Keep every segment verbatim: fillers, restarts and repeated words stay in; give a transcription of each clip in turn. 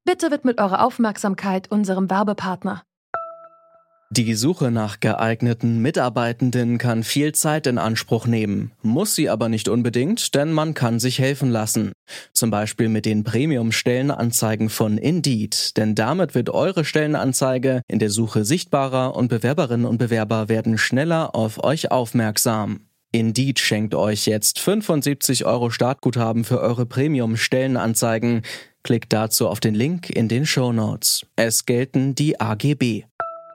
Bitte widmet eure Aufmerksamkeit unserem Werbepartner. Die Suche nach geeigneten Mitarbeitenden kann viel Zeit in Anspruch nehmen, muss sie aber nicht unbedingt, denn man kann sich helfen lassen. Zum Beispiel mit den Premium-Stellenanzeigen von Indeed, denn damit wird eure Stellenanzeige in der Suche sichtbarer und Bewerberinnen und Bewerber werden schneller auf euch aufmerksam. Indeed schenkt euch jetzt fünfundsiebzig Euro Startguthaben für eure Premium-Stellenanzeigen. Klickt dazu auf den Link in den Shownotes. Es gelten die A G B.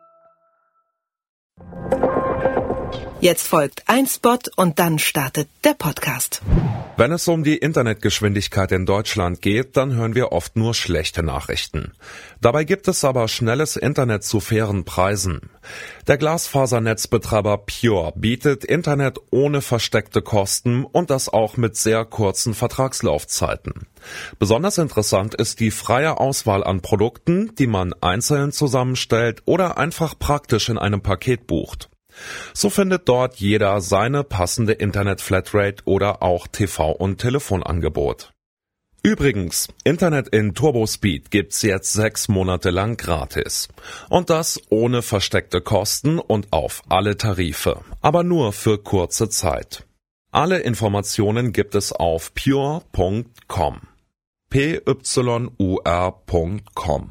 Jetzt folgt ein Spot und dann startet der Podcast. Wenn es um die Internetgeschwindigkeit in Deutschland geht, dann hören wir oft nur schlechte Nachrichten. Dabei gibt es aber schnelles Internet zu fairen Preisen. Der Glasfasernetzbetreiber Pure bietet Internet ohne versteckte Kosten und das auch mit sehr kurzen Vertragslaufzeiten. Besonders interessant ist die freie Auswahl an Produkten, die man einzeln zusammenstellt oder einfach praktisch in einem Paket bucht. So findet dort jeder seine passende Internet-Flatrate oder auch T V- und Telefonangebot. Übrigens, Internet in Turbospeed gibt's jetzt sechs Monate lang gratis. Und das ohne versteckte Kosten und auf alle Tarife, aber nur für kurze Zeit. Alle Informationen gibt es auf pure punkt com. P Y U R punkt com.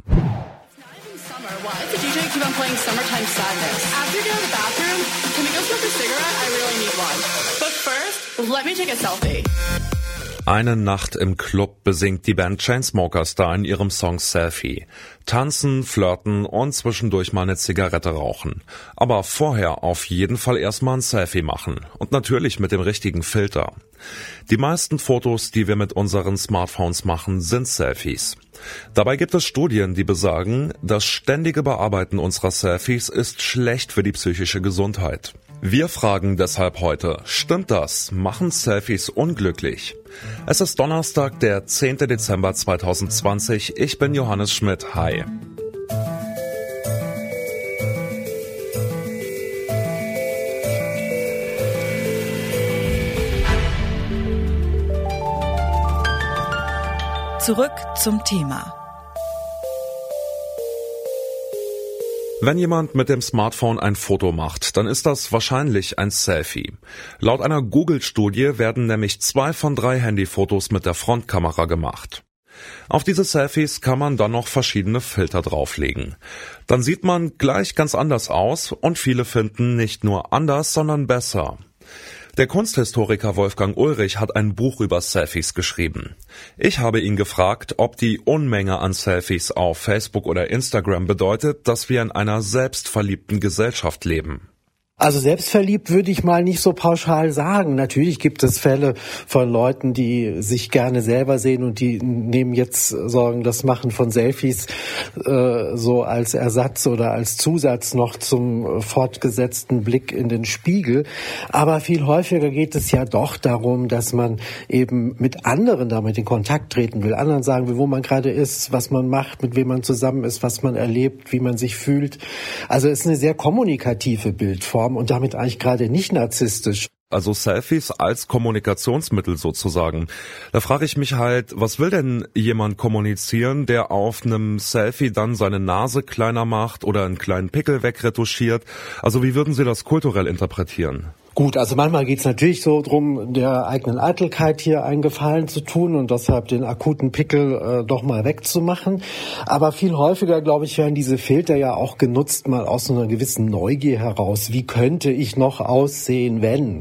Let me take a selfie. Eine Nacht im Club besingt die Band Chainsmokers da in ihrem Song Selfie. Tanzen, flirten und zwischendurch mal eine Zigarette rauchen. Aber vorher auf jeden Fall erstmal ein Selfie machen. Und natürlich mit dem richtigen Filter. Die meisten Fotos, die wir mit unseren Smartphones machen, sind Selfies. Dabei gibt es Studien, die besagen, das ständige Bearbeiten unserer Selfies ist schlecht für die psychische Gesundheit. Wir fragen deshalb heute, stimmt das? Machen Selfies unglücklich? Es ist Donnerstag, der zehnten Dezember zweitausendzwanzig. Ich bin Johannes Schmidt. Hi. Zurück zum Thema. Wenn jemand mit dem Smartphone ein Foto macht, dann ist das wahrscheinlich ein Selfie. Laut einer Google-Studie werden nämlich zwei von drei Handyfotos mit der Frontkamera gemacht. Auf diese Selfies kann man dann noch verschiedene Filter drauflegen. Dann sieht man gleich ganz anders aus und viele finden nicht nur anders, sondern besser. Der Kunsthistoriker Wolfgang Ulrich hat ein Buch über Selfies geschrieben. Ich habe ihn gefragt, ob die Unmenge an Selfies auf Facebook oder Instagram bedeutet, dass wir in einer selbstverliebten Gesellschaft leben. Also selbstverliebt würde ich mal nicht so pauschal sagen. Natürlich gibt es Fälle von Leuten, die sich gerne selber sehen und die nehmen jetzt Sorgen, das Machen von Selfies äh, so als Ersatz oder als Zusatz noch zum fortgesetzten Blick in den Spiegel. Aber viel häufiger geht es ja doch darum, dass man eben mit anderen damit in Kontakt treten will, anderen sagen will, wo man gerade ist, was man macht, mit wem man zusammen ist, was man erlebt, wie man sich fühlt. Also es ist eine sehr kommunikative Bildform. Und damit eigentlich gerade nicht narzisstisch. Also Selfies als Kommunikationsmittel sozusagen. Da frage ich mich halt, was will denn jemand kommunizieren, der auf einem Selfie dann seine Nase kleiner macht oder einen kleinen Pickel wegretuschiert? Also wie würden Sie das kulturell interpretieren? Gut, also manchmal geht es natürlich so drum, der eigenen Eitelkeit hier einen Gefallen zu tun und deshalb den akuten Pickel äh, doch mal wegzumachen. Aber viel häufiger, glaube ich, werden diese Filter ja auch genutzt, mal aus so einer gewissen Neugier heraus. Wie könnte ich noch aussehen, wenn?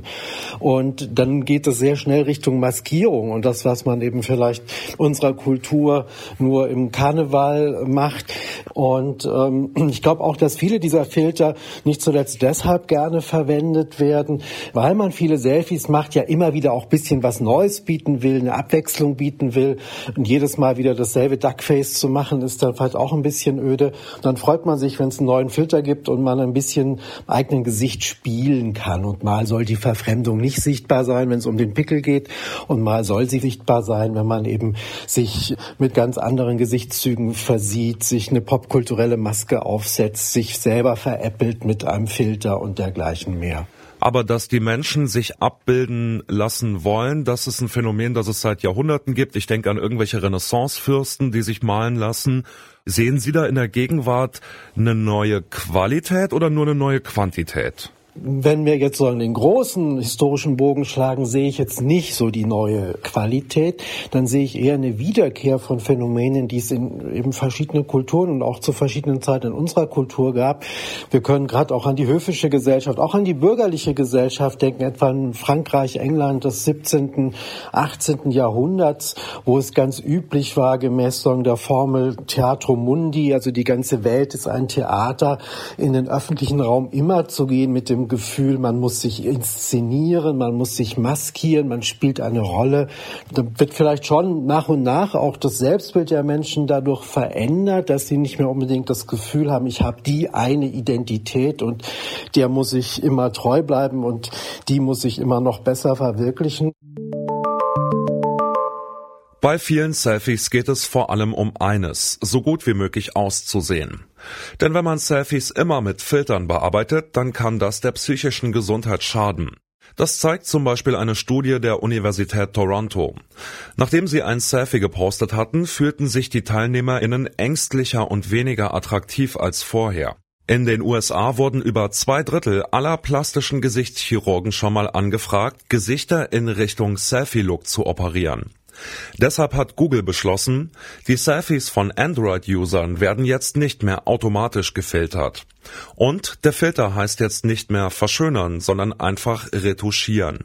Und dann geht es sehr schnell Richtung Maskierung und das, was man eben vielleicht unserer Kultur nur im Karneval macht. Und ähm, ich glaube auch, dass viele dieser Filter nicht zuletzt deshalb gerne verwendet werden, weil man viele Selfies macht, ja immer wieder auch ein bisschen was Neues bieten will, eine Abwechslung bieten will. Und jedes Mal wieder dasselbe Duckface zu machen, ist dann vielleicht auch ein bisschen öde. Und dann freut man sich, wenn es einen neuen Filter gibt und man ein bisschen im eigenen Gesicht spielen kann. Und mal soll die Verfremdung nicht sichtbar sein, wenn es um den Pickel geht. Und mal soll sie sichtbar sein, wenn man eben sich mit ganz anderen Gesichtszügen versieht, sich eine popkulturelle Maske aufsetzt, sich selber veräppelt mit einem Filter und dergleichen mehr. Aber dass die Menschen sich abbilden lassen wollen, das ist ein Phänomen, das es seit Jahrhunderten gibt. Ich denke an irgendwelche Renaissance-Fürsten, die sich malen lassen. Sehen Sie da in der Gegenwart eine neue Qualität oder nur eine neue Quantität? Wenn wir jetzt so den großen historischen Bogen schlagen, sehe ich jetzt nicht so die neue Qualität. Dann sehe ich eher eine Wiederkehr von Phänomenen, die es in eben verschiedenen Kulturen und auch zu verschiedenen Zeiten in unserer Kultur gab. Wir können gerade auch an die höfische Gesellschaft, auch an die bürgerliche Gesellschaft denken, etwa in Frankreich, England des siebzehnten, achtzehnten Jahrhunderts, wo es ganz üblich war, gemäß der Formel Theatrum Mundi, also die ganze Welt ist ein Theater, in den öffentlichen Raum immer zu gehen mit dem Gefühl, man muss sich inszenieren, man muss sich maskieren, man spielt eine Rolle. Da wird vielleicht schon nach und nach auch das Selbstbild der Menschen dadurch verändert, dass sie nicht mehr unbedingt das Gefühl haben, ich habe die eine Identität und der muss ich immer treu bleiben und die muss ich immer noch besser verwirklichen. Bei vielen Selfies geht es vor allem um eines, so gut wie möglich auszusehen. Denn wenn man Selfies immer mit Filtern bearbeitet, dann kann das der psychischen Gesundheit schaden. Das zeigt zum Beispiel eine Studie der Universität Toronto. Nachdem sie ein Selfie gepostet hatten, fühlten sich die TeilnehmerInnen ängstlicher und weniger attraktiv als vorher. In den U S A wurden über zwei Drittel aller plastischen Gesichtschirurgen schon mal angefragt, Gesichter in Richtung Selfie-Look zu operieren. Deshalb hat Google beschlossen, die Selfies von Android-Usern werden jetzt nicht mehr automatisch gefiltert. Und der Filter heißt jetzt nicht mehr verschönern, sondern einfach retuschieren.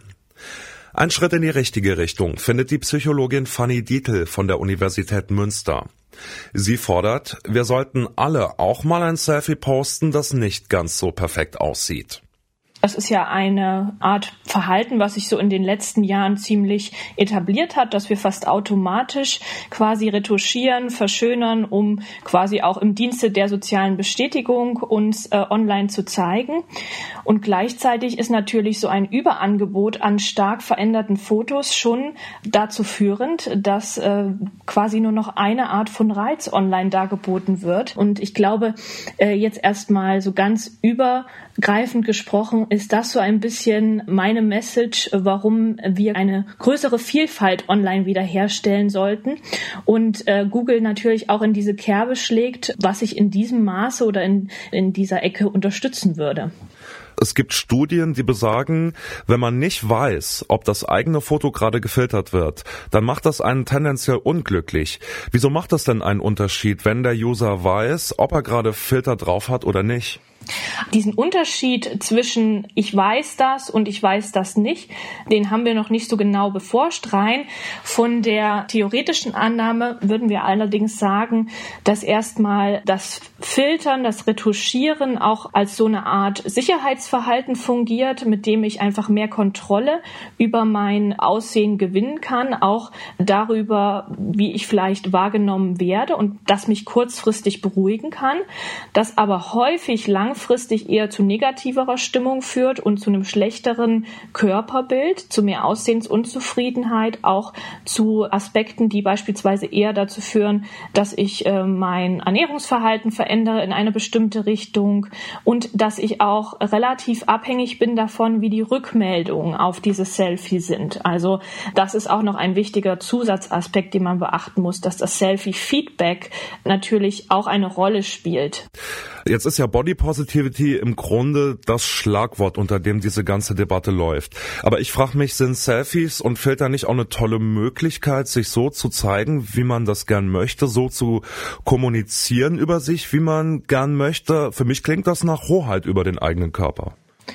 Ein Schritt in die richtige Richtung findet die Psychologin Fanny Dietl von der Universität Münster. Sie fordert, wir sollten alle auch mal ein Selfie posten, das nicht ganz so perfekt aussieht. Das ist ja eine Art Verhalten, was sich so in den letzten Jahren ziemlich etabliert hat, dass wir fast automatisch quasi retuschieren, verschönern, um quasi auch im Dienste der sozialen Bestätigung uns äh, online zu zeigen. Und gleichzeitig ist natürlich so ein Überangebot an stark veränderten Fotos schon dazu führend, dass äh, quasi nur noch eine Art von Reiz online dargeboten wird. Und ich glaube, äh, jetzt erstmal so ganz übergreifend gesprochen, ist das so ein bisschen meine Message, warum wir eine größere Vielfalt online wiederherstellen sollten und äh, Google natürlich auch in diese Kerbe schlägt, was ich in diesem Maße oder in, in dieser Ecke unterstützen würde. Es gibt Studien, die besagen, wenn man nicht weiß, ob das eigene Foto gerade gefiltert wird, dann macht das einen tendenziell unglücklich. Wieso macht das denn einen Unterschied, wenn der User weiß, ob er gerade Filter drauf hat oder nicht? Diesen Unterschied zwischen ich weiß das und ich weiß das nicht, den haben wir noch nicht so genau beforscht. Rein von der theoretischen Annahme würden wir allerdings sagen, dass erstmal das Filtern, das Retuschieren auch als so eine Art Sicherheitsverhalten fungiert, mit dem ich einfach mehr Kontrolle über mein Aussehen gewinnen kann, auch darüber, wie ich vielleicht wahrgenommen werde und das mich kurzfristig beruhigen kann, das aber häufig langfristig langfristig eher zu negativerer Stimmung führt und zu einem schlechteren Körperbild, zu mehr Aussehensunzufriedenheit, auch zu Aspekten, die beispielsweise eher dazu führen, dass ich äh, mein Ernährungsverhalten verändere in eine bestimmte Richtung und dass ich auch relativ abhängig bin davon, wie die Rückmeldungen auf dieses Selfie sind. Also das ist auch noch ein wichtiger Zusatzaspekt, den man beachten muss, dass das Selfie-Feedback natürlich auch eine Rolle spielt. Jetzt ist ja Body Positivity im Grunde das Schlagwort, unter dem diese ganze Debatte läuft. Aber ich frage mich, sind Selfies und Filter nicht auch eine tolle Möglichkeit, sich so zu zeigen, wie man das gern möchte, so zu kommunizieren über sich, wie man gern möchte? Für mich klingt das nach Hoheit über den eigenen Körper.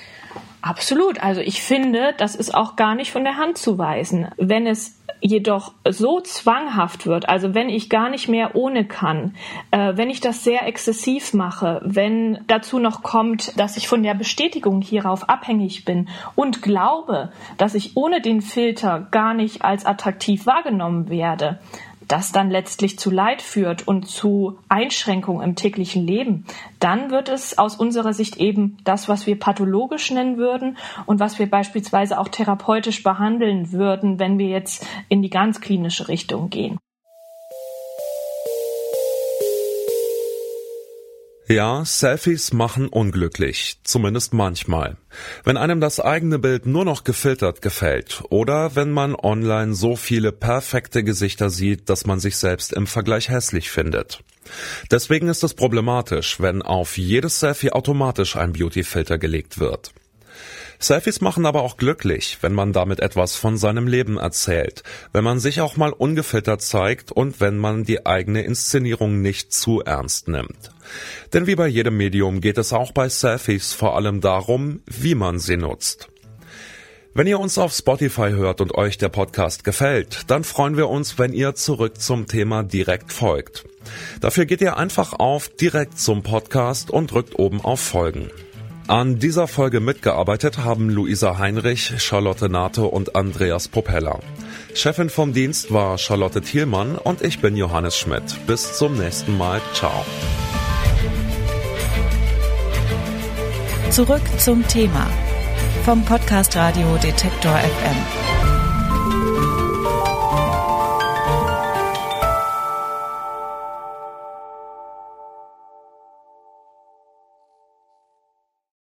Absolut. Also ich finde, das ist auch gar nicht von der Hand zu weisen. Wenn es jedoch so zwanghaft wird, also wenn ich gar nicht mehr ohne kann, äh, wenn ich das sehr exzessiv mache, wenn dazu noch kommt, dass ich von der Bestätigung hierauf abhängig bin und glaube, dass ich ohne den Filter gar nicht als attraktiv wahrgenommen werde, das dann letztlich zu Leid führt und zu Einschränkungen im täglichen Leben, dann wird es aus unserer Sicht eben das, was wir pathologisch nennen würden und was wir beispielsweise auch therapeutisch behandeln würden, wenn wir jetzt in die ganz klinische Richtung gehen. Ja, Selfies machen unglücklich, zumindest manchmal. Wenn einem das eigene Bild nur noch gefiltert gefällt oder wenn man online so viele perfekte Gesichter sieht, dass man sich selbst im Vergleich hässlich findet. Deswegen ist es problematisch, wenn auf jedes Selfie automatisch ein Beauty-Filter gelegt wird. Selfies machen aber auch glücklich, wenn man damit etwas von seinem Leben erzählt, wenn man sich auch mal ungefiltert zeigt und wenn man die eigene Inszenierung nicht zu ernst nimmt. Denn wie bei jedem Medium geht es auch bei Selfies vor allem darum, wie man sie nutzt. Wenn ihr uns auf Spotify hört und euch der Podcast gefällt, dann freuen wir uns, wenn ihr zurück zum Thema direkt folgt. Dafür geht ihr einfach auf direkt zum Podcast und drückt oben auf Folgen. An dieser Folge mitgearbeitet haben Luisa Heinrich, Charlotte Nate und Andreas Propeller. Chefin vom Dienst war Charlotte Thielmann und ich bin Johannes Schmidt. Bis zum nächsten Mal. Ciao. Zurück zum Thema vom Podcast Radio Detektor F M.